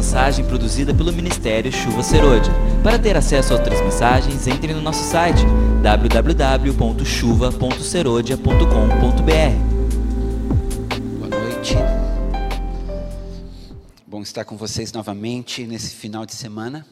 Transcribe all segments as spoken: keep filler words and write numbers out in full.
mensagem produzida pelo Ministério Chuva Serôdia. Para ter acesso a outras mensagens, entre no nosso site w w w ponto chuva ponto serôdia ponto com ponto b r. Boa noite. Bom estar com vocês novamente nesse final de semana.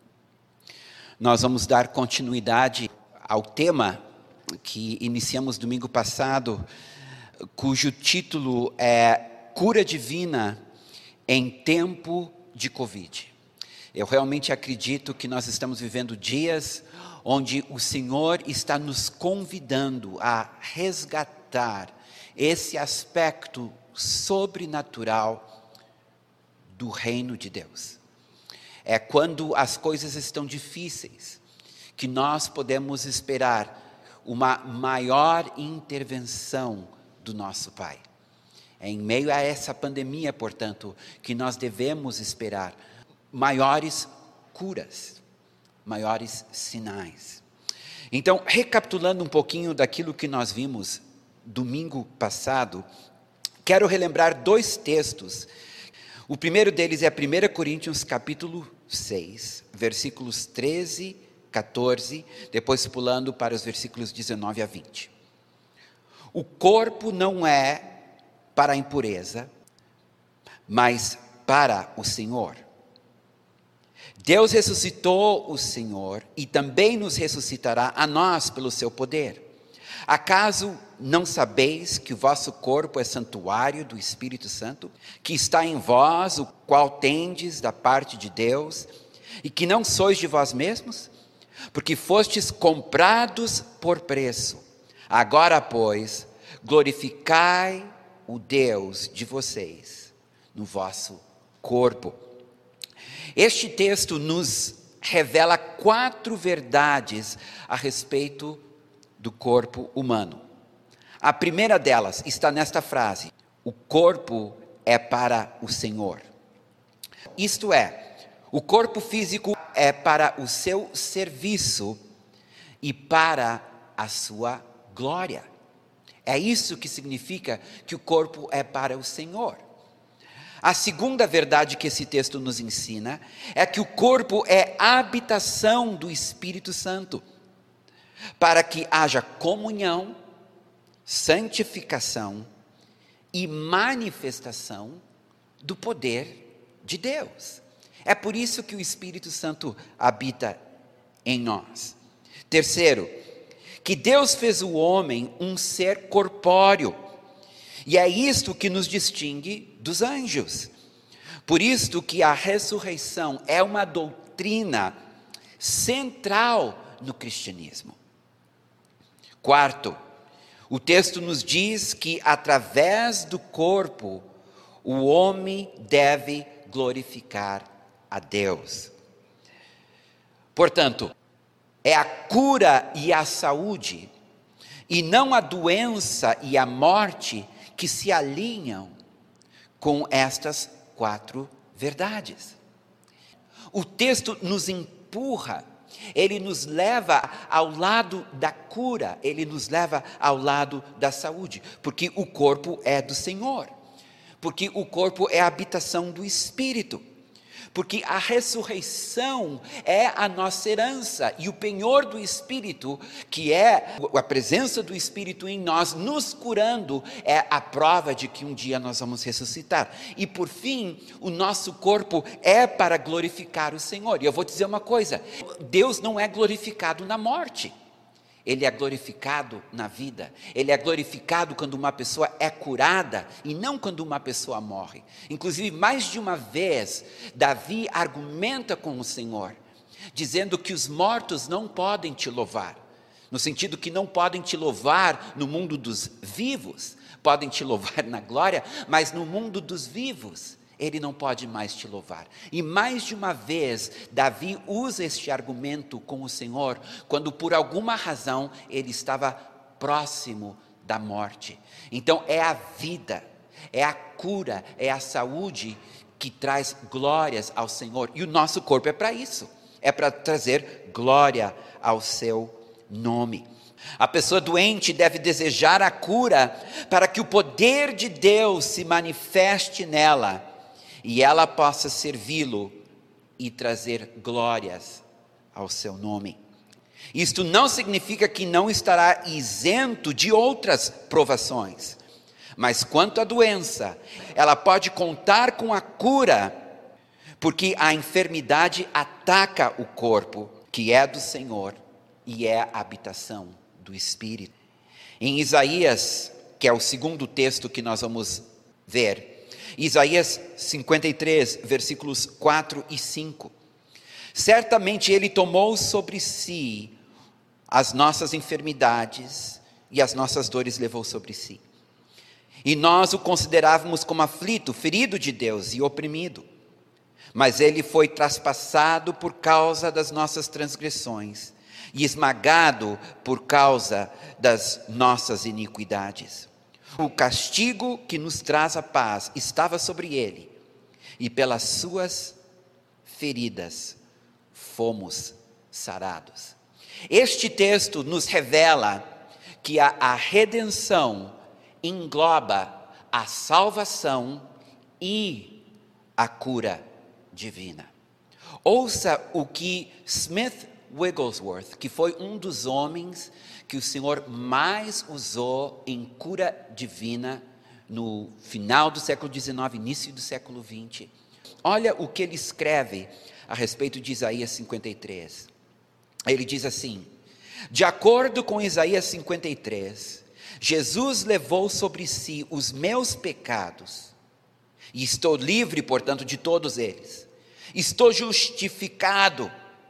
Nós vamos dar continuidade ao tema que iniciamos domingo passado, cujo título é Cura Divina em Tempo de Covid. Eu realmente acredito que nós estamos vivendo dias onde o Senhor está nos convidando a resgatar esse aspecto sobrenatural do reino de Deus. É quando as coisas estão difíceis que nós podemos esperar uma maior intervenção do nosso Pai. É em meio a essa pandemia, portanto, que nós devemos esperar maiores curas, maiores sinais. Então, recapitulando um pouquinho daquilo que nós vimos domingo passado, quero relembrar dois textos. O primeiro deles é primeira Coríntios capítulo seis, versículos treze, quatorze, depois pulando para os versículos dezenove a vinte. O corpo não é para a impureza, mas para o Senhor. Deus ressuscitou o Senhor e também nos ressuscitará a nós pelo seu poder. Acaso não sabeis que o vosso corpo é santuário do Espírito Santo, que está em vós, o qual tendes da parte de Deus, e que não sois de vós mesmos? Porque fostes comprados por preço. Agora, pois, glorificai o Deus de vocês no vosso corpo. Este texto nos revela quatro verdades a respeito do corpo humano. A primeira delas está nesta frase: o corpo é para o Senhor. Isto é, o corpo físico é para o seu serviço e para a sua glória. É isso que significa que o corpo é para o Senhor. A segunda verdade que esse texto nos ensina é que o corpo é a habitação do Espírito Santo, para que haja comunhão, santificação e manifestação do poder de Deus. É por isso que o Espírito Santo habita em nós. Terceiro, que Deus fez o homem um ser corpóreo, e é isto que nos distingue dos anjos. Por isto que a ressurreição é uma doutrina central no cristianismo. Quarto, o texto nos diz que através do corpo, o homem deve glorificar a Deus. Portanto, é a cura e a saúde, e não a doença e a morte, que se alinham com estas quatro verdades. O texto nos empurra, ele nos leva ao lado da cura, ele nos leva ao lado da saúde, porque o corpo é do Senhor, porque o corpo é a habitação do Espírito, porque a ressurreição é a nossa herança, e o penhor do Espírito, que é a presença do Espírito em nós, nos curando, é a prova de que um dia nós vamos ressuscitar. E por fim, o nosso corpo é para glorificar o Senhor. E eu vou dizer uma coisa: Deus não é glorificado na morte. Ele é glorificado na vida. Ele é glorificado quando uma pessoa é curada e não quando uma pessoa morre. Inclusive, mais de uma vez, Davi argumenta com o Senhor, dizendo que os mortos não podem te louvar, no sentido que não podem te louvar no mundo dos vivos, podem te louvar na glória, mas no mundo dos vivos, ele não pode mais te louvar. E mais de uma vez, Davi usa este argumento com o Senhor, quando por alguma razão ele estava próximo da morte. Então é a vida, é a cura, é a saúde que traz glórias ao Senhor. E o nosso corpo é para isso, é para trazer glória ao seu nome. A pessoa doente deve desejar a cura para que o poder de Deus se manifeste nela e ela possa servi-lo e trazer glórias ao seu nome. Isto não significa que não estará isento de outras provações, mas quanto à doença, ela pode contar com a cura, porque a enfermidade ataca o corpo, que é do Senhor, e é a habitação do Espírito. Em Isaías, que é o segundo texto que nós vamos ver, Isaías cinquenta e três, versículos quatro e cinco. Certamente Ele tomou sobre si as nossas enfermidades e as nossas dores levou sobre si. E nós o considerávamos como aflito, ferido de Deus e oprimido. Mas Ele foi traspassado por causa das nossas transgressões e esmagado por causa das nossas iniquidades. O castigo que nos traz a paz estava sobre Ele, e pelas suas feridas fomos sarados. Este texto nos revela que a, a redenção engloba a salvação e a cura divina. Ouça o que Smith Wigglesworth, que foi um dos homens que o Senhor mais usou em cura divina no final do século dezenove, início do século vinte. Olha o que ele escreve a respeito de Isaías cinquenta e três. Ele diz assim: de acordo com Isaías cinquenta e três, Jesus levou sobre si os meus pecados, e estou livre, portanto, de todos eles. Estou justificado,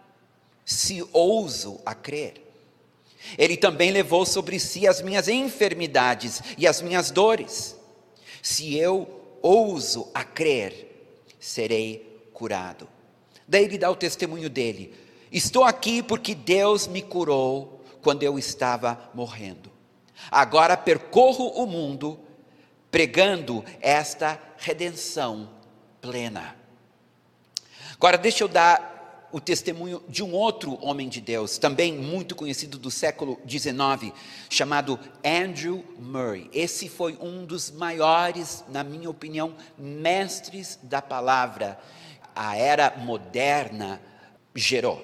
se ouso a crer. Ele também levou sobre si as minhas enfermidades e as minhas dores. Se eu ouso a crer, serei curado. Daí ele dá o testemunho dele: estou aqui porque Deus me curou quando eu estava morrendo. Agora percorro o mundo pregando esta redenção plena. Agora deixa eu dar o testemunho de um outro homem de Deus, também muito conhecido do século dezenove, chamado Andrew Murray. Esse foi um dos maiores, na minha opinião, mestres da palavra a era moderna gerou.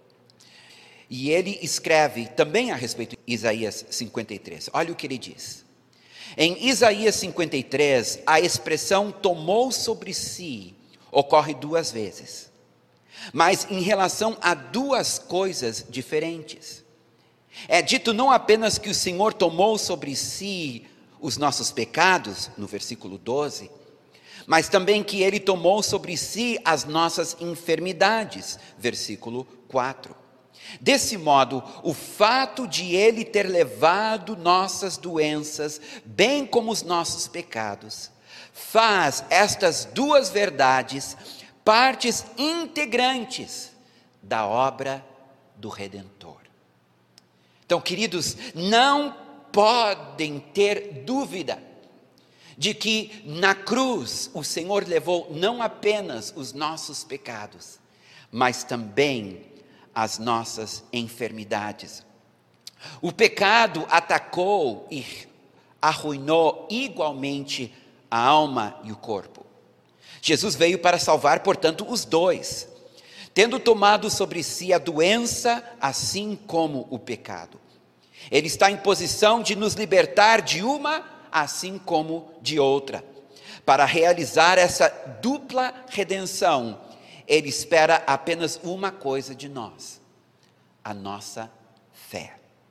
E ele escreve também a respeito de Isaías cinquenta e três. Olha o que ele diz. Em Isaías cinquenta e três, a expressão tomou sobre si ocorre duas vezes, mas em relação a duas coisas diferentes. É dito não apenas que o Senhor tomou sobre si os nossos pecados, no versículo doze, mas também que Ele tomou sobre si as nossas enfermidades, versículo quatro. Desse modo, o fato de Ele ter levado nossas doenças, bem como os nossos pecados, faz estas duas verdades partes integrantes da obra do Redentor. Então, queridos, não podem ter dúvida de que na cruz o Senhor levou não apenas os nossos pecados, mas também as nossas enfermidades. O pecado atacou e arruinou igualmente a alma e o corpo. Jesus veio para salvar, portanto, os dois, tendo tomado sobre si a doença, assim como o pecado. Ele está em posição de nos libertar de uma, assim como de outra. Para realizar essa dupla redenção, Ele espera apenas uma coisa de nós: a nossa fé.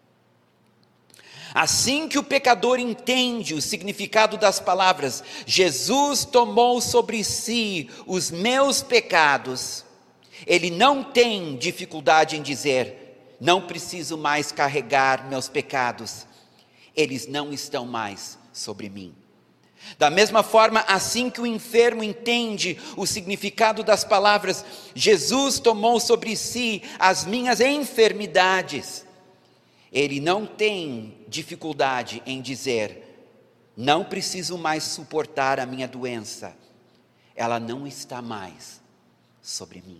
Assim que o pecador entende o significado das palavras, Jesus tomou sobre si os meus pecados, ele não tem dificuldade em dizer: não preciso mais carregar meus pecados, eles não estão mais sobre mim. Da mesma forma, assim que o enfermo entende o significado das palavras, Jesus tomou sobre si as minhas enfermidades, ele não tem dificuldade em dizer: não preciso mais suportar a minha doença, ela não está mais sobre mim.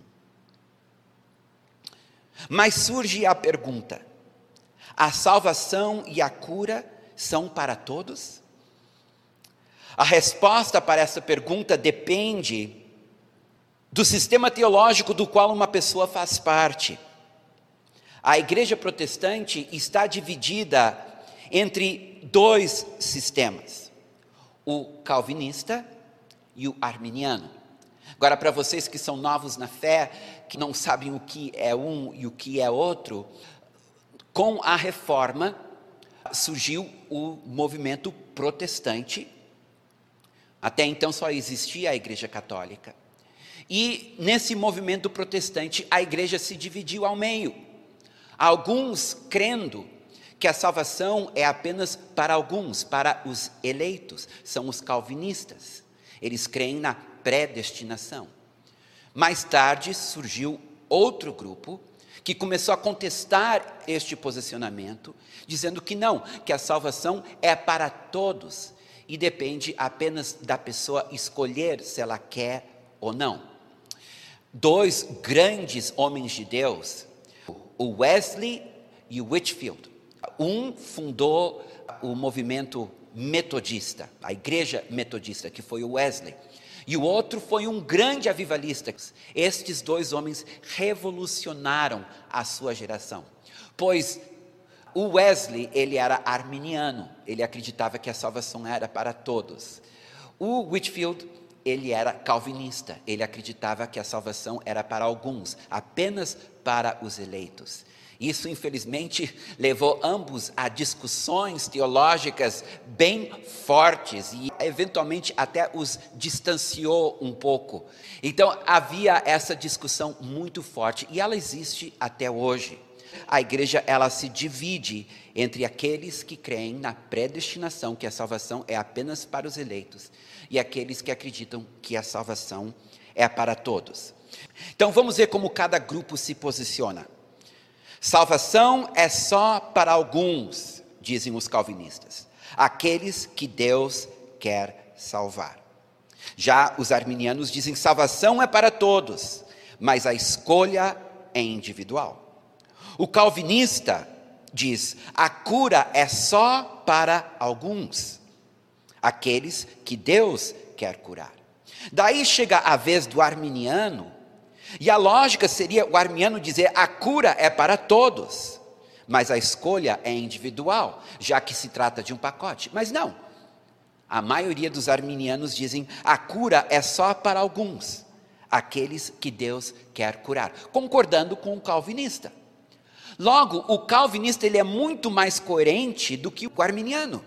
Mas surge a pergunta: a salvação e a cura são para todos? A resposta para essa pergunta depende do sistema teológico do qual uma pessoa faz parte. A igreja protestante está dividida entre dois sistemas, o calvinista e o arminiano. Agora, para vocês que são novos na fé, que não sabem o que é um e o que é outro, com a reforma surgiu o movimento protestante. Até então só existia a igreja católica. E nesse movimento protestante a igreja se dividiu ao meio. Alguns crendo que a salvação é apenas para alguns, para os eleitos, são os calvinistas. Eles creem na predestinação. Mais tarde surgiu outro grupo que começou a contestar este posicionamento, dizendo que não, que a salvação é para todos e depende apenas da pessoa escolher se ela quer ou não. Dois grandes homens de Deus, o Wesley e o Whitefield. Um fundou o movimento metodista, a igreja metodista, que foi o Wesley. E o outro foi um grande avivalista. Estes dois homens revolucionaram a sua geração. Pois o Wesley, ele era arminiano, ele acreditava que a salvação era para todos. O Whitefield, ele era calvinista, ele acreditava que a salvação era para alguns, apenas para os eleitos. Isso, infelizmente, levou ambos a discussões teológicas bem fortes e, eventualmente, até os distanciou um pouco. Então, havia essa discussão muito forte e ela existe até hoje. A igreja, ela se divide entre aqueles que creem na predestinação, que a salvação é apenas para os eleitos, e aqueles que acreditam que a salvação é para todos. Então, vamos ver como cada grupo se posiciona. Salvação é só para alguns, dizem os calvinistas, aqueles que Deus quer salvar. Já os arminianos dizem salvação é para todos, mas a escolha é individual. O calvinista diz a cura é só para alguns, aqueles que Deus quer curar. Daí chega a vez do arminiano. E a lógica seria o arminiano dizer a cura é para todos, mas a escolha é individual, já que se trata de um pacote. Mas não, a maioria dos arminianos dizem a cura é só para alguns, aqueles que Deus quer curar, concordando com o calvinista. Logo, o calvinista ele é muito mais coerente do que o arminiano.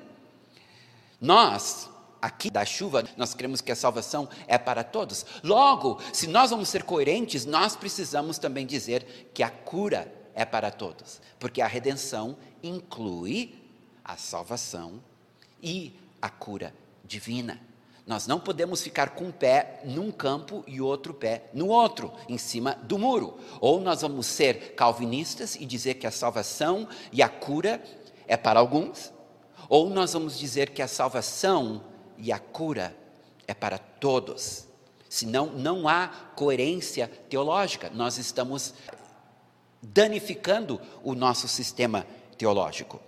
Nós, aqui da Chuva, nós cremos que a salvação é para todos. Logo, se nós vamos ser coerentes, nós precisamos também dizer que a cura é para todos. Porque a redenção inclui a salvação e a cura divina. Nós não podemos ficar com um pé num campo e outro pé no outro, em cima do muro. Ou nós vamos ser calvinistas e dizer que a salvação e a cura é para alguns, ou nós vamos dizer que a salvação e a cura é para todos. Senão não há coerência teológica. Nós estamos danificando o nosso sistema teológico.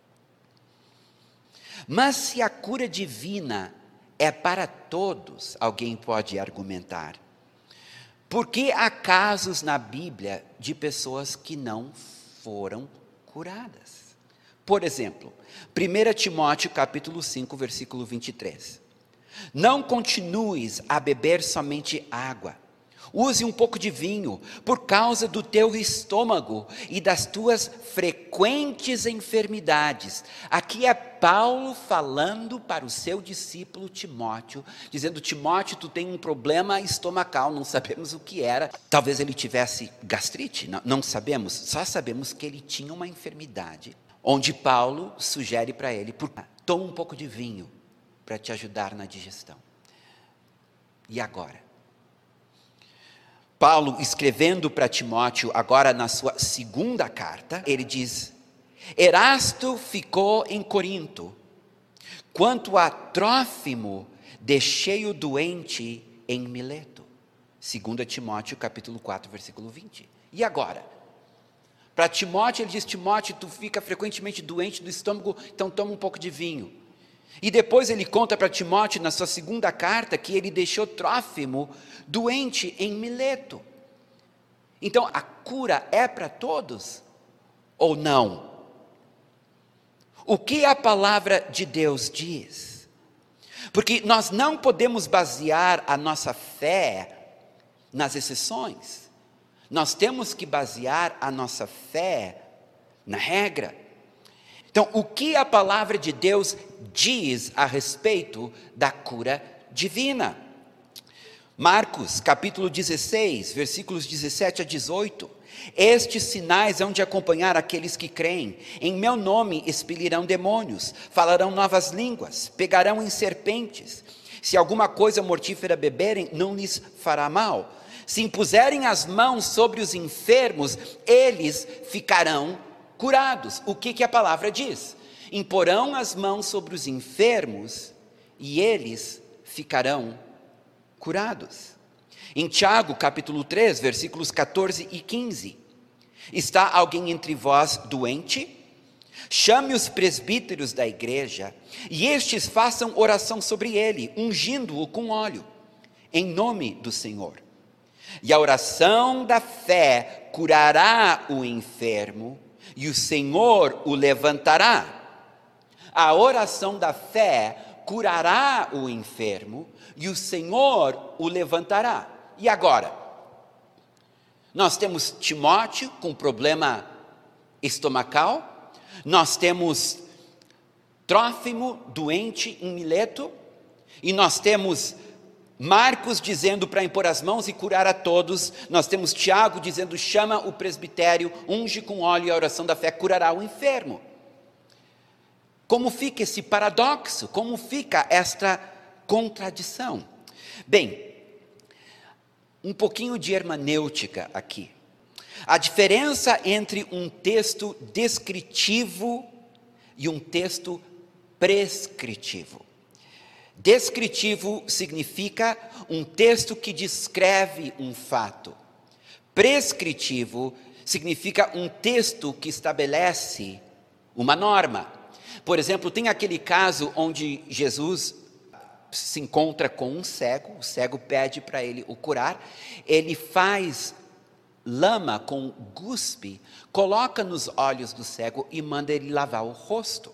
Mas se a cura divina é para todos, alguém pode argumentar, por que há casos na Bíblia de pessoas que não foram curadas? Por exemplo, primeiro Timóteo capítulo cinco, versículo vinte e três. Não continues a beber somente água, use um pouco de vinho, por causa do teu estômago e das tuas frequentes enfermidades. Aqui é Paulo falando para o seu discípulo Timóteo, dizendo, Timóteo, tu tem um problema estomacal, não sabemos o que era. Talvez ele tivesse gastrite, não, não sabemos, só sabemos que ele tinha uma enfermidade, onde Paulo sugere para ele, toma um pouco de vinho para te ajudar na digestão. E agora? Paulo, escrevendo para Timóteo, agora na sua segunda carta, ele diz, Erasto ficou em Corinto, quanto a Trófimo, deixei-o doente em Mileto. Segundo Timóteo, capítulo quatro, versículo vinte. E agora? Para Timóteo, ele diz, Timóteo, tu fica frequentemente doente do estômago, então toma um pouco de vinho. E depois ele conta para Timóteo, na sua segunda carta, que ele deixou Trófimo doente em Mileto. Então, a cura é para todos ou não? O que a palavra de Deus diz? Porque nós não podemos basear a nossa fé nas exceções. Nós temos que basear a nossa fé na regra. Então, o que a palavra de Deus diz a respeito da cura divina? Marcos, capítulo dezesseis, versículos dezessete a dezoito. Estes sinais hão de acompanhar aqueles que creem. Em meu nome expelirão demônios, falarão novas línguas, pegarão em serpentes. Se alguma coisa mortífera beberem, não lhes fará mal. Se impuserem as mãos sobre os enfermos, eles ficarão curados. O que, que a palavra diz? Imporão as mãos sobre os enfermos e eles ficarão curados. Em Tiago, capítulo três, versículos catorze e quinze. Está alguém entre vós doente? Chame os presbíteros da igreja, e estes façam oração sobre ele, ungindo-o com óleo, em nome do Senhor. E a oração da fé curará o enfermo, e o Senhor o levantará. A oração da fé curará o enfermo, e o Senhor o levantará. E agora? Nós temos Timóteo com problema estomacal, nós temos Trófimo doente em Mileto, e nós temos Marcos dizendo para impor as mãos e curar a todos, nós temos Tiago dizendo, chama o presbitério, unge com óleo e a oração da fé curará o enfermo. Como fica esse paradoxo? Como fica esta contradição? Bem, um pouquinho de hermenêutica aqui. A diferença entre um texto descritivo e um texto prescritivo. Descritivo significa um texto que descreve um fato. Prescritivo significa um texto que estabelece uma norma. Por exemplo, tem aquele caso onde Jesus se encontra com um cego, o cego pede para ele o curar, ele faz lama com guspe, coloca nos olhos do cego e manda ele lavar o rosto.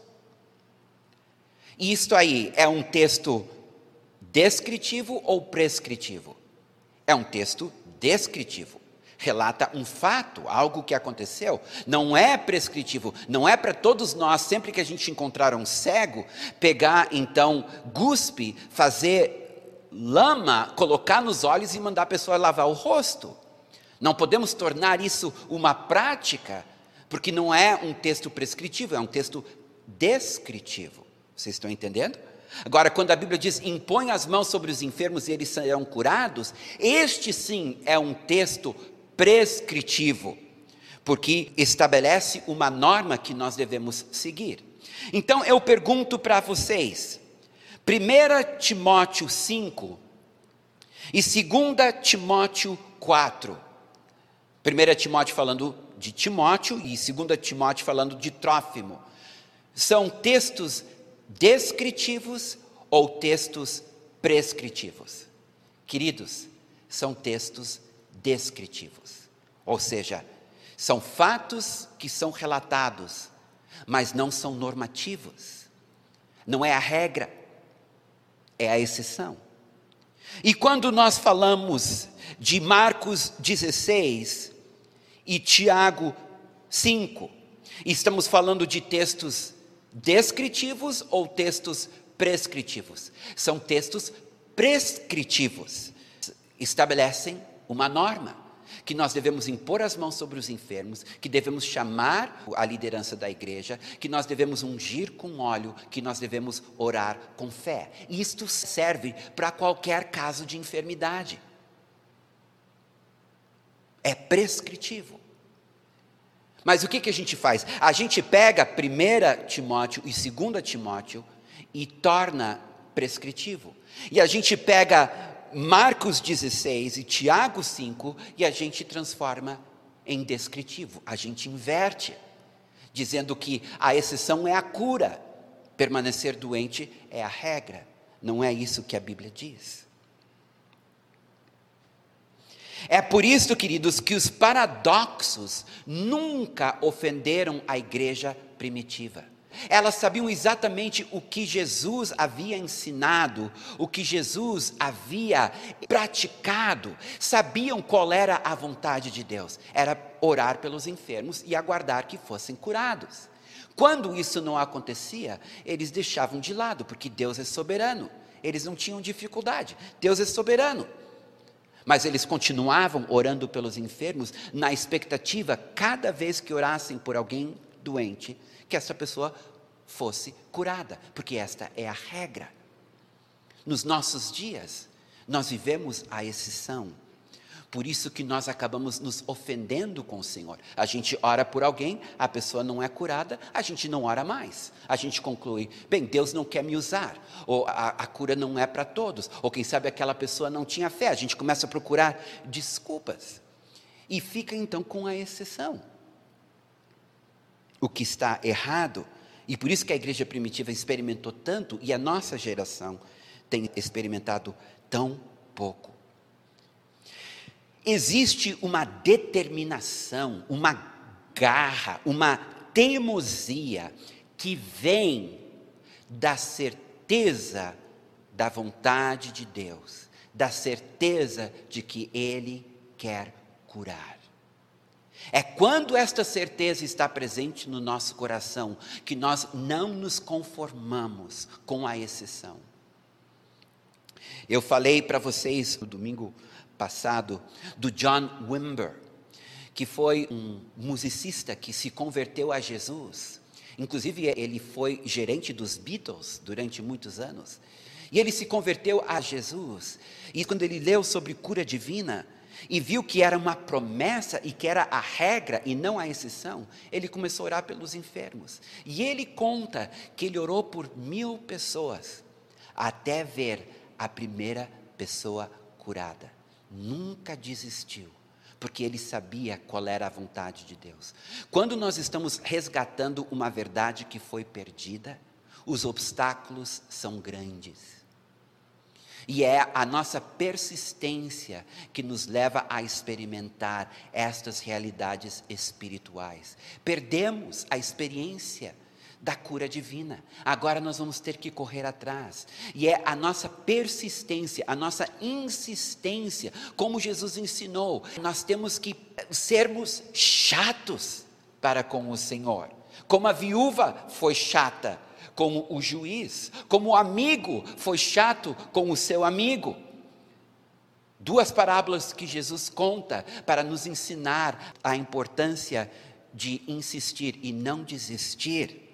Isto aí é um texto descritivo ou prescritivo? É um texto descritivo. Relata um fato, algo que aconteceu. Não é prescritivo. Não é para todos nós, sempre que a gente encontrar um cego, pegar então guspe, fazer lama, colocar nos olhos e mandar a pessoa lavar o rosto. Não podemos tornar isso uma prática, porque não é um texto prescritivo, é um texto descritivo. Vocês estão entendendo? Agora, quando a Bíblia diz, impõe as mãos sobre os enfermos e eles serão curados, este sim é um texto prescritivo, porque estabelece uma norma que nós devemos seguir. Então, eu pergunto para vocês, primeira Timóteo cinco e segunda Timóteo quatro. primeira Timóteo falando de Timóteo e segunda Timóteo falando de Trófimo. São textos descritivos ou textos prescritivos? Queridos, são textos descritivos. Ou seja, são fatos que são relatados, mas não são normativos. Não é a regra, é a exceção. E quando nós falamos de Marcos dezesseis e Tiago cinco, estamos falando de textos descritivos ou textos prescritivos? São textos prescritivos. Estabelecem uma norma, que nós devemos impor as mãos sobre os enfermos, que devemos chamar a liderança da igreja, que nós devemos ungir com óleo, que nós devemos orar com fé. E isto serve para qualquer caso de enfermidade. É prescritivo. Mas o que, que a gente faz? A gente pega primeira Timóteo e segunda Timóteo e torna prescritivo. E a gente pega Marcos dezesseis e Tiago cinco e a gente transforma em descritivo. A gente inverte, dizendo que a exceção é a cura Permanecer doente é a regra, não é isso que a Bíblia diz. É por isso, queridos, que os paradoxos nunca ofenderam a igreja primitiva. Elas sabiam exatamente o que Jesus havia ensinado, o que Jesus havia praticado, sabiam qual era a vontade de Deus, era orar pelos enfermos e aguardar que fossem curados. Quando isso não acontecia, eles deixavam de lado, porque Deus é soberano, eles não tinham dificuldade, Deus é soberano. Mas eles continuavam orando pelos enfermos, na expectativa, cada vez que orassem por alguém doente, que essa pessoa fosse curada, porque esta é a regra. Nos nossos dias, nós vivemos a exceção, por isso que nós acabamos nos ofendendo com o Senhor. A gente ora por alguém, a pessoa não é curada, a gente não ora mais, a gente conclui, bem, Deus não quer me usar, ou a, a cura não é para todos, ou quem sabe aquela pessoa não tinha fé, a gente começa a procurar desculpas, e fica então com a exceção. O que está errado, e por isso que a igreja primitiva experimentou tanto, e a nossa geração tem experimentado tão pouco. Existe uma determinação, uma garra, uma teimosia, que vem da certeza da vontade de Deus, da certeza de que Ele quer curar. É quando esta certeza está presente no nosso coração, que nós não nos conformamos com a exceção. Eu falei para vocês no domingo passado do John Wimber, que foi um musicista que se converteu a Jesus. Inclusive ele foi gerente dos Beatles durante muitos anos. E ele se converteu a Jesus. E quando ele leu sobre cura divina, e viu que era uma promessa e que era a regra e não a exceção, ele começou a orar pelos enfermos. E ele conta que ele orou por mil pessoas, até ver a primeira pessoa curada. Nunca desistiu, porque ele sabia qual era a vontade de Deus. Quando nós estamos resgatando uma verdade que foi perdida, os obstáculos são grandes. E é a nossa persistência que nos leva a experimentar estas realidades espirituais. Perdemos a experiência da cura divina. Agora nós vamos ter que correr atrás. E é a nossa persistência, a nossa insistência, como Jesus ensinou. Nós temos que sermos chatos para com o Senhor. Como a viúva foi chata com o juiz, como o amigo foi chato com o seu amigo. Duas parábolas que Jesus conta para nos ensinar a importância de insistir e não desistir.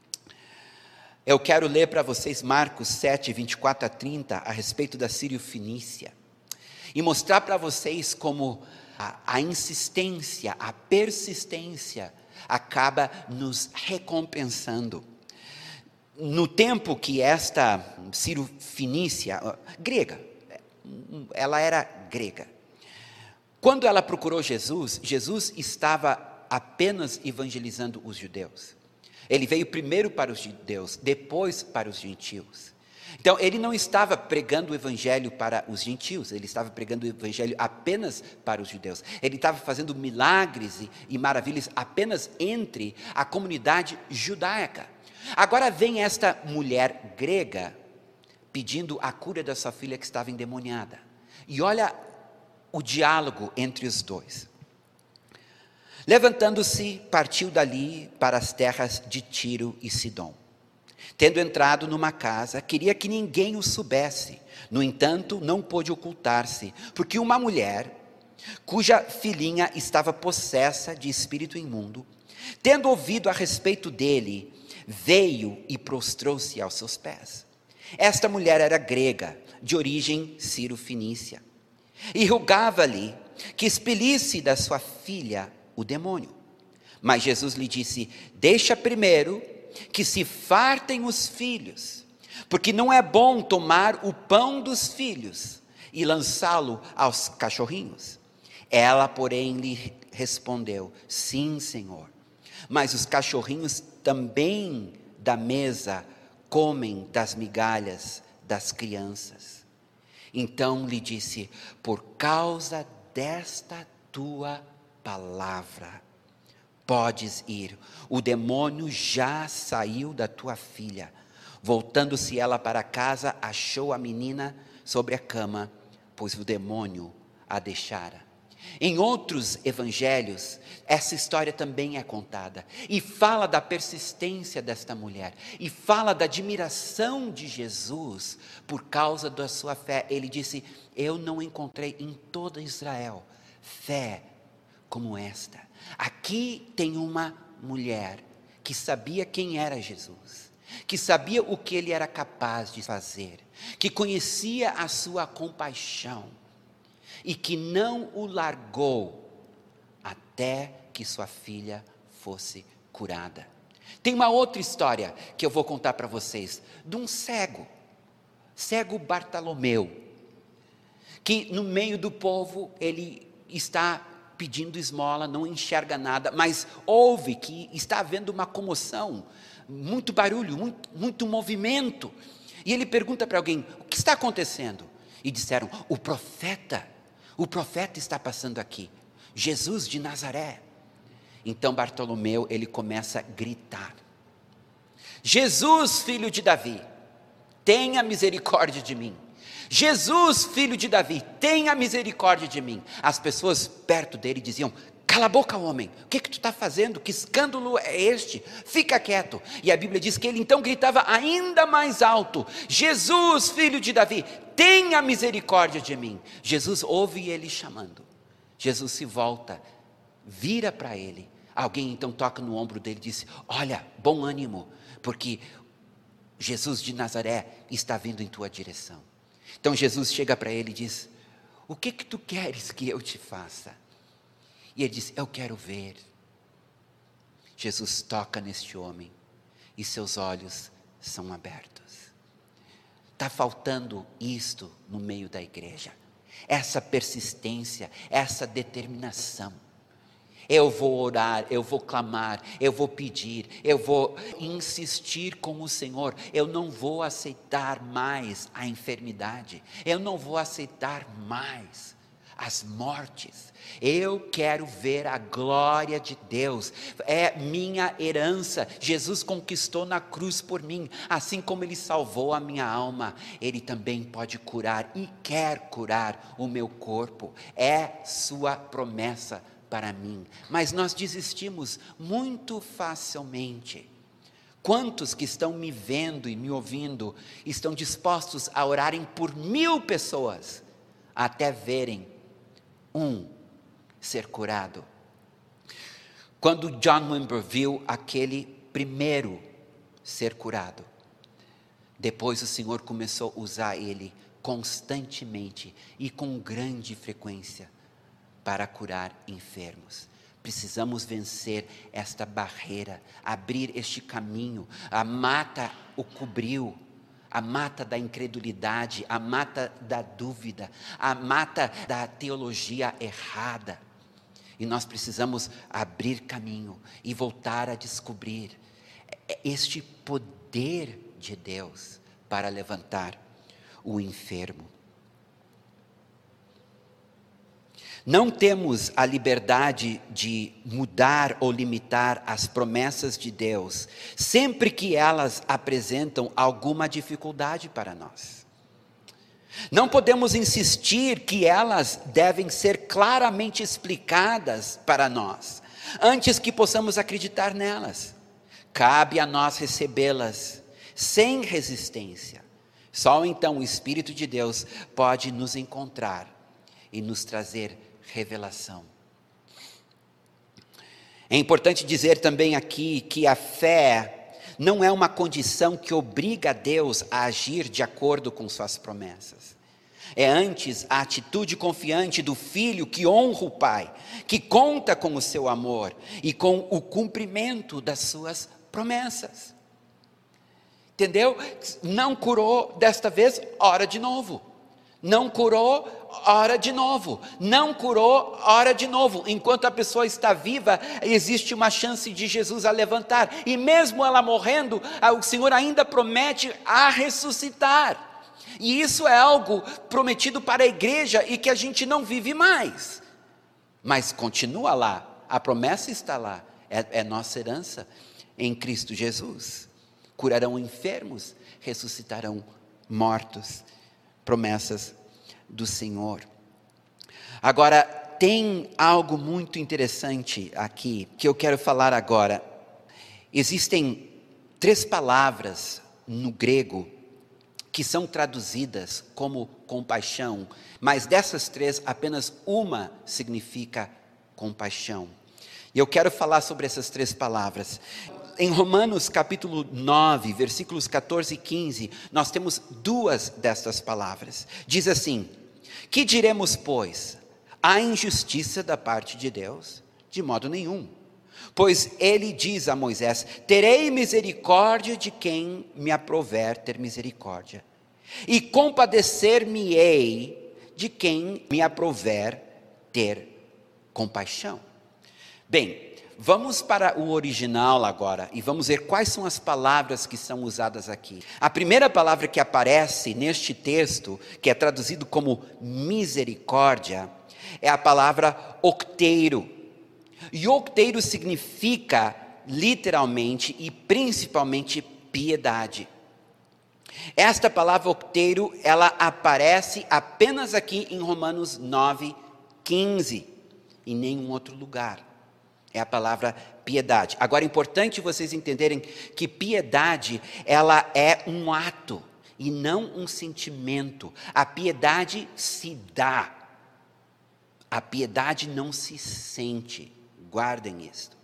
Eu quero ler para vocês Marcos sete, vinte e quatro a trinta, a respeito da Sírio-Fenícia, e mostrar para vocês como a, a insistência, a persistência acaba nos recompensando. No tempo que esta Sírio-Fenícia, grega, ela era grega, quando ela procurou Jesus, Jesus estava apenas evangelizando os judeus. Ele veio primeiro para os judeus, depois para os gentios. Então ele não estava pregando o evangelho para os gentios, ele estava pregando o evangelho apenas para os judeus. Ele estava fazendo milagres e, e maravilhas apenas entre a comunidade judaica. Agora vem esta mulher grega pedindo a cura da sua filha que estava endemoniada. E olha o diálogo entre os dois. Levantando-se, partiu dali para as terras de Tiro e Sidom. Tendo entrado numa casa, queria que ninguém o soubesse. No entanto, não pôde ocultar-se, porque uma mulher, cuja filhinha estava possessa de espírito imundo, tendo ouvido a respeito dele, veio e prostrou-se aos seus pés. Esta mulher era grega, de origem sírio-fenícia, e rogava-lhe que expelisse da sua filha o demônio. Mas Jesus lhe disse: deixa primeiro que se fartem os filhos, porque não é bom tomar o pão dos filhos e lançá-lo aos cachorrinhos. Ela, porém, lhe respondeu: sim, Senhor, mas os cachorrinhos também da mesa comem das migalhas das crianças. Então lhe disse: por causa desta tua palavra, podes ir, o demônio já saiu da tua filha. Voltando-se ela para casa, achou a menina sobre a cama, pois o demônio a deixara. Em outros evangelhos, essa história também é contada, e fala da persistência desta mulher, e fala da admiração de Jesus, por causa da sua fé. Ele disse: eu não encontrei em toda Israel fé como esta. Aqui tem uma mulher que sabia quem era Jesus, que sabia o que ele era capaz de fazer, que conhecia a sua compaixão, e que não o largou até que sua filha fosse curada. Tem uma outra história que eu vou contar para vocês, de um cego, cego Bartolomeu, que no meio do povo ele está pedindo esmola, não enxerga nada, mas ouve que está havendo uma comoção, muito barulho, muito, muito movimento, e ele pergunta para alguém: o que está acontecendo? E disseram: o profeta, o profeta está passando aqui, Jesus de Nazaré. Então Bartolomeu, ele começa a gritar: Jesus, filho de Davi, tenha misericórdia de mim. Jesus, filho de Davi, tenha misericórdia de mim. As pessoas perto dele diziam: cala a boca, homem, o que que tu está fazendo? Que escândalo é este? Fica quieto. E a Bíblia diz que ele então gritava ainda mais alto: Jesus, filho de Davi, tenha misericórdia de mim. Jesus ouve ele chamando. Jesus se volta, vira para ele. Alguém então toca no ombro dele e diz: olha, bom ânimo, porque Jesus de Nazaré está vindo em tua direção. Então Jesus chega para ele e diz: o que que tu queres que eu te faça? E ele diz: eu quero ver. Jesus toca neste homem e seus olhos são abertos. Está faltando isto no meio da igreja, essa persistência, essa determinação. Eu vou orar, eu vou clamar, eu vou pedir, eu vou insistir com o Senhor. Eu não vou aceitar mais a enfermidade, eu não vou aceitar mais as mortes. Eu quero ver a glória de Deus, é minha herança. Jesus conquistou na cruz por mim, assim como Ele salvou a minha alma, Ele também pode curar e quer curar o meu corpo, é sua promessa para mim. Mas nós desistimos muito facilmente. Quantos que estão me vendo e me ouvindo estão dispostos a orarem por mil pessoas até verem um ser curado? Quando John Wimber viu aquele primeiro ser curado, depois o Senhor começou a usar ele constantemente e com grande frequência para curar enfermos. Precisamos vencer esta barreira, abrir este caminho. A mata o cobriu, a mata da incredulidade, a mata da dúvida, a mata da teologia errada. E nós precisamos abrir caminho e voltar a descobrir este poder de Deus para levantar o enfermo. Não temos a liberdade de mudar ou limitar as promessas de Deus, sempre que elas apresentam alguma dificuldade para nós. Não podemos insistir que elas devem ser claramente explicadas para nós, antes que possamos acreditar nelas. Cabe a nós recebê-las sem resistência. Só então o Espírito de Deus pode nos encontrar e nos trazer revelação. É importante dizer também aqui que a fé não é uma condição que obriga a Deus a agir de acordo com suas promessas. É antes a atitude confiante do filho que honra o pai, que conta com o seu amor e com o cumprimento das suas promessas. Entendeu? Não curou desta vez, ora de novo. Não curou, ora de novo. Não curou, ora de novo. Enquanto a pessoa está viva, existe uma chance de Jesus a levantar. E mesmo ela morrendo, o Senhor ainda promete a ressuscitar. E isso é algo prometido para a igreja e que a gente não vive mais. Mas continua lá, a promessa está lá. É, é nossa herança em Cristo Jesus. Curarão enfermos, ressuscitarão mortos. Promessas do Senhor. Agora, tem algo muito interessante aqui, que eu quero falar agora. Existem três palavras no grego, que são traduzidas como compaixão, mas dessas três, apenas uma significa compaixão. E eu quero falar sobre essas três palavras. Em Romanos capítulo nove, versículos catorze e quinze, nós temos duas destas palavras. Diz assim: que diremos, pois? Há injustiça da parte de Deus? De modo nenhum. Pois ele diz a Moisés: terei misericórdia de quem me aprouver ter misericórdia, e compadecer-me-ei de quem me aprouver ter compaixão. Bem, vamos para o original agora e vamos ver quais são as palavras que são usadas aqui. A primeira palavra que aparece neste texto, que é traduzido como misericórdia, é a palavra octeiro. E octeiro significa literalmente e principalmente piedade. Esta palavra octeiro, ela aparece apenas aqui em Romanos nove, quinze, em nenhum outro lugar. É a palavra piedade. Agora é importante vocês entenderem que piedade, ela é um ato e não um sentimento. A piedade se dá. A piedade não se sente. Guardem isto.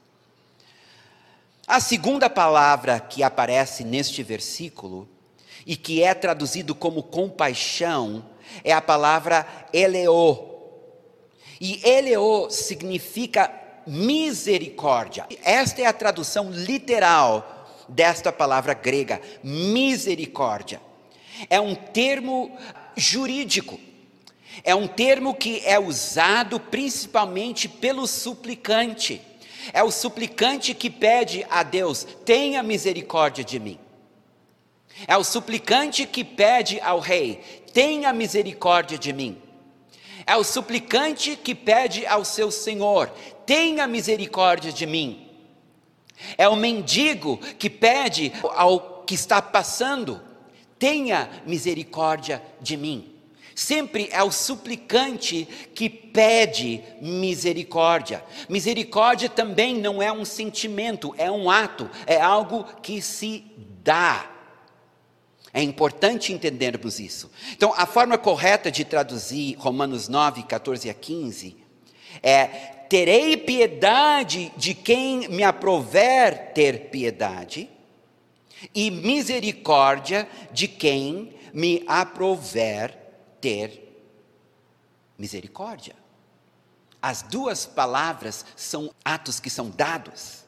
A segunda palavra que aparece neste versículo e que é traduzido como compaixão é a palavra eleô. E eleô significa misericórdia. Esta é a tradução literal desta palavra grega, misericórdia. É um termo jurídico. É um termo que é usado principalmente pelo suplicante. É o suplicante que pede a Deus: tenha misericórdia de mim. É o suplicante que pede ao rei: tenha misericórdia de mim. É o suplicante que pede ao seu senhor: tenha misericórdia de mim. É o mendigo que pede ao que está passando: tenha misericórdia de mim. Sempre é o suplicante que pede misericórdia. Misericórdia também não é um sentimento, é um ato, é algo que se dá. É importante entendermos isso. Então, a forma correta de traduzir Romanos nove, catorze a quinze é: terei piedade de quem me aprouver ter piedade, e misericórdia de quem me aprouver ter misericórdia. As duas palavras são atos que são dados.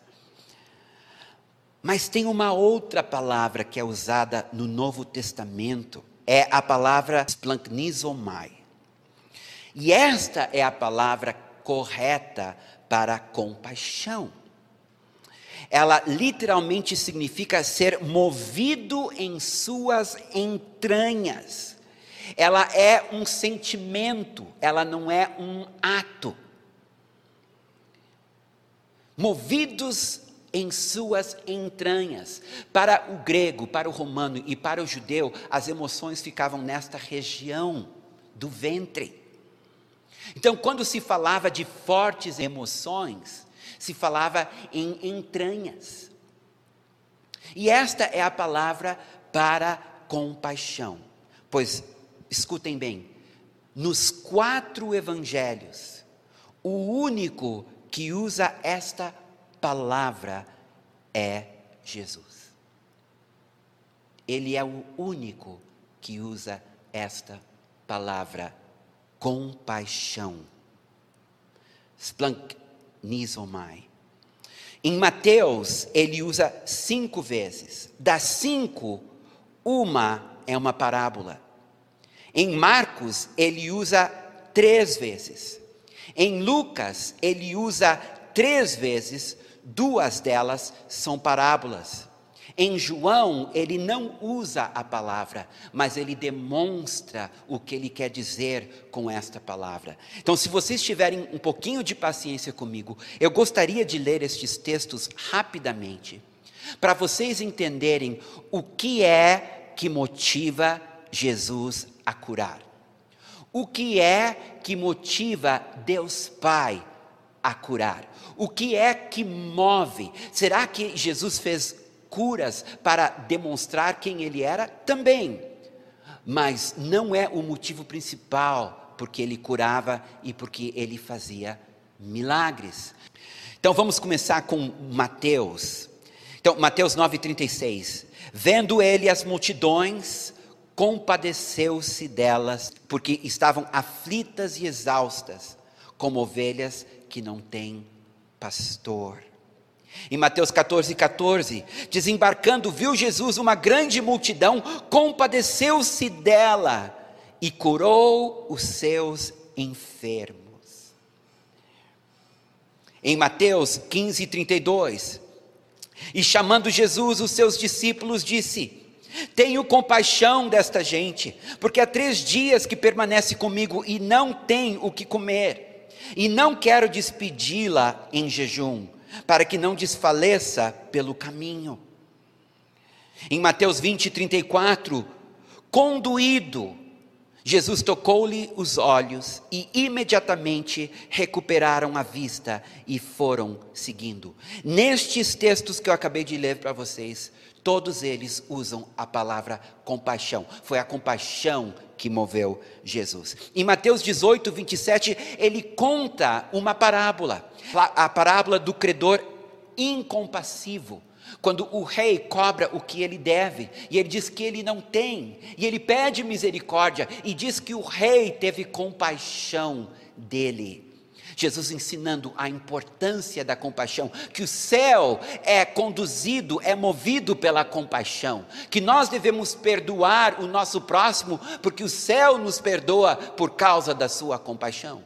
Mas tem uma outra palavra que é usada no Novo Testamento, é a palavra splanchnizomai. E esta é a palavra correta para compaixão. Ela literalmente significa ser movido em suas entranhas. Ela é um sentimento, ela não é um ato. Movidos em suas entranhas. Para o grego, para o romano e para o judeu, as emoções ficavam nesta região do ventre. Então, quando se falava de fortes emoções, se falava em entranhas. E esta é a palavra para compaixão. Pois, escutem bem, nos quatro evangelhos, o único que usa esta palavra é Jesus. Ele é o único que usa esta palavra, compaixão. Splanchnizomai. Em Mateus, ele usa cinco vezes. Das cinco, uma é uma parábola. Em Marcos, ele usa três vezes. Em Lucas, ele usa três vezes, duas delas são parábolas. Em João, ele não usa a palavra, mas ele demonstra o que ele quer dizer com esta palavra. Então, se vocês tiverem um pouquinho de paciência comigo, eu gostaria de ler estes textos rapidamente, para vocês entenderem o que é que motiva Jesus a curar. O que é que motiva Deus Pai a curar? O que é que move? Será que Jesus fez curas para demonstrar quem ele era? Também. Mas não é o motivo principal porque ele curava e porque ele fazia milagres. Então vamos começar com Mateus. Então, Mateus nove, trinta e seis. Vendo ele as multidões, compadeceu-se delas, porque estavam aflitas e exaustas, como ovelhas que não têm pastor. Em Mateus catorze, catorze, desembarcando, viu Jesus uma grande multidão, compadeceu-se dela e curou os seus enfermos. Em Mateus quinze, trinta e dois, e chamando Jesus os seus discípulos, disse: tenho compaixão desta gente, porque há três dias que permanece comigo e não tem o que comer, e não quero despedi-la em jejum, para que não desfaleça pelo caminho. Em Mateus vinte, trinta e quatro, conduído, Jesus tocou-lhe os olhos e imediatamente recuperaram a vista e foram seguindo. Nestes textos que eu acabei de ler para vocês, todos eles usam a palavra compaixão. Foi a compaixão que moveu Jesus. Em Mateus dezoito, vinte e sete, ele conta uma parábola, a parábola do credor incompassivo. Quando o rei cobra o que ele deve, e ele diz que ele não tem, e ele pede misericórdia, e diz que o rei teve compaixão dele. Jesus ensinando a importância da compaixão, que o céu é conduzido, é movido pela compaixão, que nós devemos perdoar o nosso próximo, porque o céu nos perdoa por causa da sua compaixão.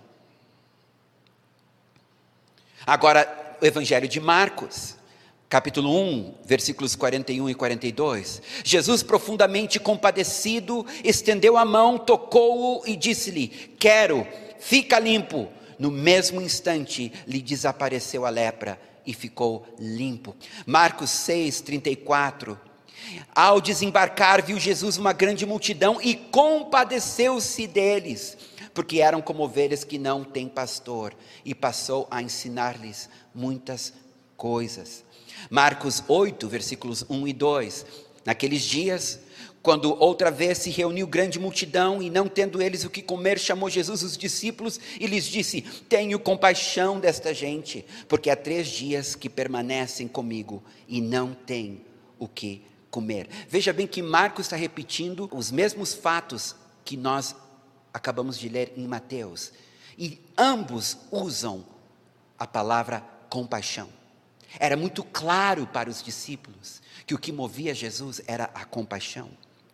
Agora, o Evangelho de Marcos, capítulo um, versículos quarenta e um e quarenta e dois. Jesus, profundamente compadecido, estendeu a mão, tocou-o e disse-lhe: quero, fica limpo. No mesmo instante lhe desapareceu a lepra e ficou limpo. Marcos seis, trinta e quatro. Ao desembarcar, viu Jesus uma grande multidão e compadeceu-se deles, porque eram como ovelhas que não têm pastor, e passou a ensinar-lhes muitas coisas. Marcos oito, versículos um e dois. Naqueles dias, quando outra vez se reuniu grande multidão, e não tendo eles o que comer, chamou Jesus os discípulos e lhes disse: tenho compaixão desta gente, porque há três dias que permanecem comigo e não têm o que comer. Veja bem que Marcos está repetindo os mesmos fatos que nós acabamos de ler em Mateus, e ambos usam a palavra compaixão. Era muito claro para os discípulos que o que movia Jesus era a compaixão.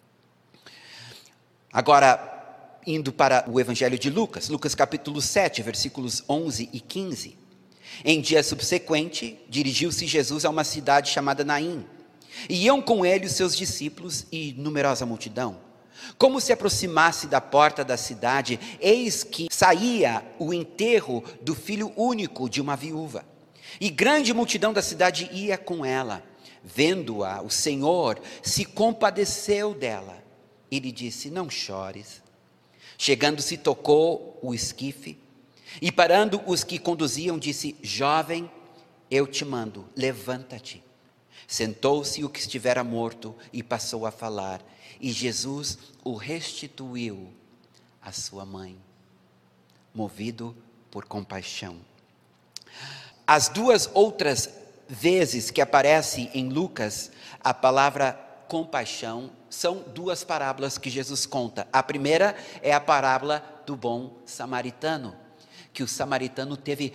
Agora, indo para o Evangelho de Lucas, Lucas capítulo sete, versículos onze e quinze. Em dia subsequente, dirigiu-se Jesus a uma cidade chamada Naim, e iam com ele os seus discípulos e numerosa multidão. Como se aproximasse da porta da cidade, eis que saía o enterro do filho único de uma viúva, e grande multidão da cidade ia com ela. Vendo-a, o Senhor se compadeceu dela e lhe disse: não chores. Chegando-se, tocou o esquife, e parando os que conduziam, disse: jovem, eu te mando, levanta-te. Sentou-se o que estivera morto e passou a falar, e Jesus o restituiu à sua mãe, movido por compaixão. As duas outras vezes que aparece em Lucas a palavra compaixão, são duas parábolas que Jesus conta. A primeira é a parábola do bom samaritano, que o samaritano teve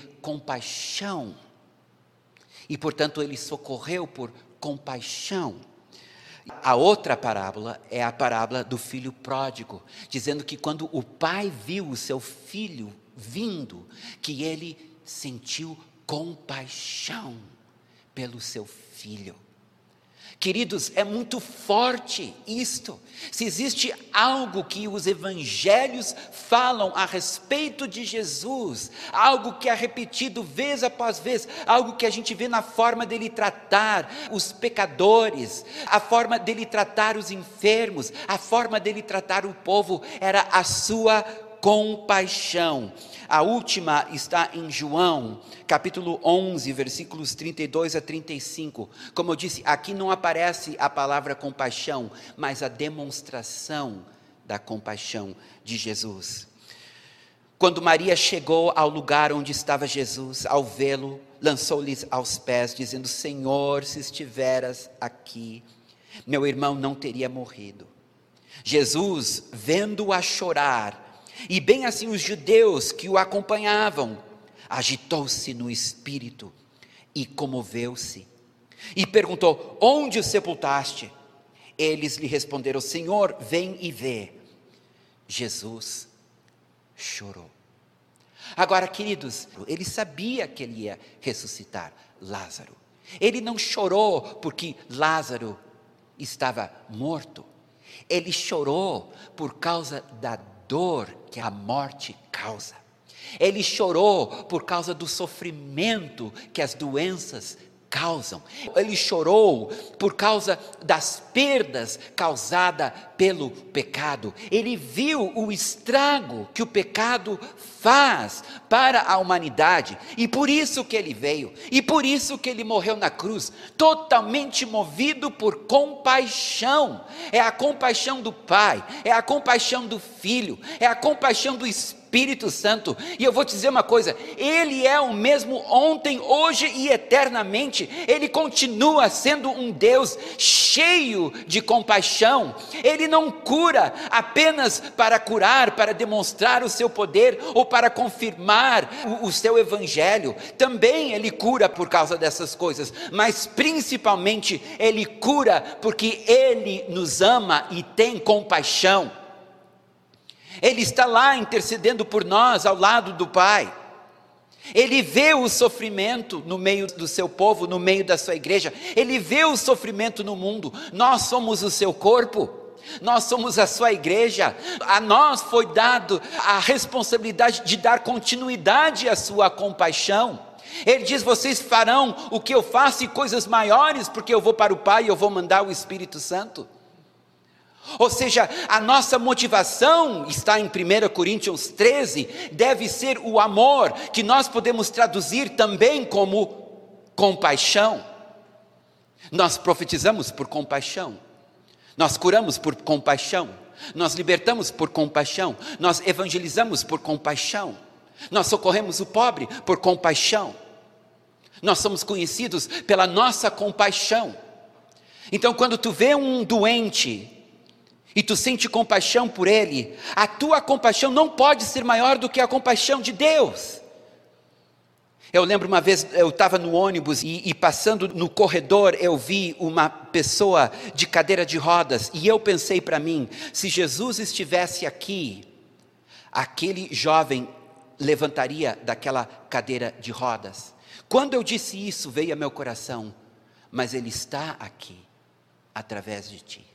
compaixão, e portanto ele socorreu por compaixão. A outra parábola é a parábola do filho pródigo, dizendo que quando o pai viu o seu filho vindo, que ele sentiu compaixão pelo seu filho. Queridos, é muito forte isto. Se existe algo que os evangelhos falam a respeito de Jesus, algo que é repetido vez após vez, algo que a gente vê na forma dele tratar os pecadores, a forma dele tratar os enfermos, a forma dele tratar o povo, era a sua compaixão. A última está em João, capítulo onze, versículos trinta e dois a trinta e cinco. Como eu disse, aqui não aparece a palavra compaixão, mas a demonstração da compaixão de Jesus. Quando Maria chegou ao lugar onde estava Jesus, ao vê-lo, lançou-lhes aos pés, dizendo: Senhor, se estiveras aqui, meu irmão não teria morrido. Jesus, vendo-a chorar, e bem assim os judeus que o acompanhavam, agitou-se no espírito e comoveu-se. E perguntou: onde o sepultaste? Eles lhe responderam: Senhor, vem e vê. Jesus chorou. Agora, queridos, ele sabia que ele ia ressuscitar Lázaro. Ele não chorou porque Lázaro estava morto. Ele chorou por causa da dor que a morte causa. Ele chorou por causa do sofrimento que as doenças causam. Ele chorou por causa das perdas causadas pelo pecado. Ele viu o estrago que o pecado faz para a humanidade, e por isso que ele veio, e por isso que ele morreu na cruz, totalmente movido por compaixão. É a compaixão do Pai, é a compaixão do Filho, é a compaixão do Espírito Santo. E eu vou te dizer uma coisa: ele é o mesmo ontem, hoje e eternamente. Ele continua sendo um Deus cheio de compaixão. Ele não cura apenas para curar, para demonstrar o seu poder ou para confirmar o, o seu evangelho. Também ele cura por causa dessas coisas, mas principalmente ele cura porque ele nos ama e tem compaixão. Ele está lá intercedendo por nós ao lado do Pai. Ele vê o sofrimento no meio do seu povo, no meio da sua igreja. Ele vê o sofrimento no mundo. Nós somos o seu corpo, nós somos a sua igreja. A nós foi dado a responsabilidade de dar continuidade à sua compaixão. Ele diz: vocês farão o que eu faço e coisas maiores, porque eu vou para o Pai e eu vou mandar o Espírito Santo. Ou seja, a nossa motivação está em primeira Coríntios treze, deve ser o amor, que nós podemos traduzir também como compaixão. Nós profetizamos por compaixão, nós curamos por compaixão, nós libertamos por compaixão, nós evangelizamos por compaixão, nós socorremos o pobre por compaixão, nós somos conhecidos pela nossa compaixão. Então, quando tu vê um doente e tu sente compaixão por ele, a tua compaixão não pode ser maior do que a compaixão de Deus. Eu lembro uma vez, eu estava no ônibus e, e passando no corredor, eu vi uma pessoa de cadeira de rodas, e eu pensei para mim: se Jesus estivesse aqui, aquele jovem levantaria daquela cadeira de rodas. Quando eu disse isso, veio a meu coração: mas ele está aqui, através de ti.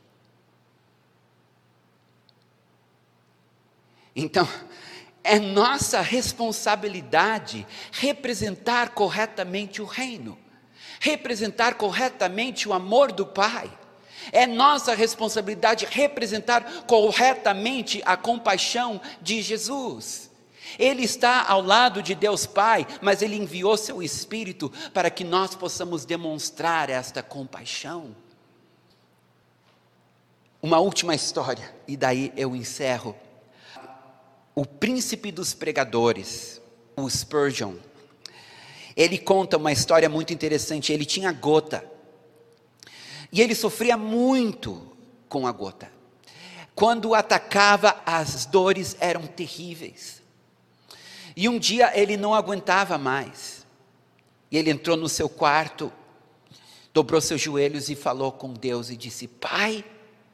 Então, é nossa responsabilidade representar corretamente o reino, representar corretamente o amor do Pai. É nossa responsabilidade representar corretamente a compaixão de Jesus. Ele está ao lado de Deus Pai, mas Ele enviou seu Espírito para que nós possamos demonstrar esta compaixão. Uma última história, e daí eu encerro. O príncipe dos pregadores, o Spurgeon, ele conta uma história muito interessante. Ele tinha gota, e ele sofria muito com a gota. Quando atacava, as dores eram terríveis. E um dia ele não aguentava mais, e ele entrou no seu quarto, dobrou seus joelhos e falou com Deus e disse: Pai,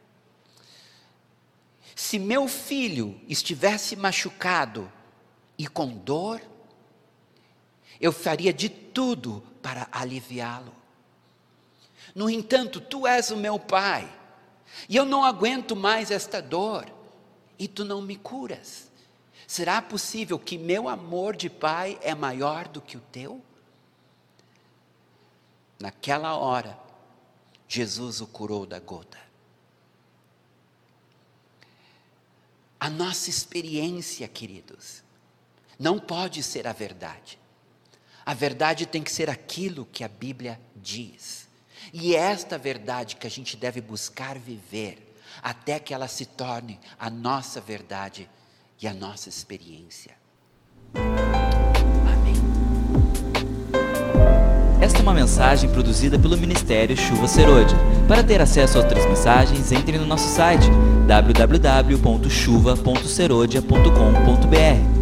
se meu filho estivesse machucado e com dor, eu faria de tudo para aliviá-lo. No entanto, tu és o meu pai, e eu não aguento mais esta dor, e tu não me curas. Será possível que meu amor de pai é maior do que o teu? Naquela hora, Jesus o curou da gota. A nossa experiência, queridos, não pode ser a verdade. A verdade tem que ser aquilo que a Bíblia diz. E é esta verdade que a gente deve buscar viver, até que ela se torne a nossa verdade e a nossa experiência. Amém. Esta é uma mensagem produzida pelo Ministério Chuva Serodia. Para ter acesso a outras mensagens, entre no nosso site w w w ponto chuva ponto serodia ponto com ponto b r.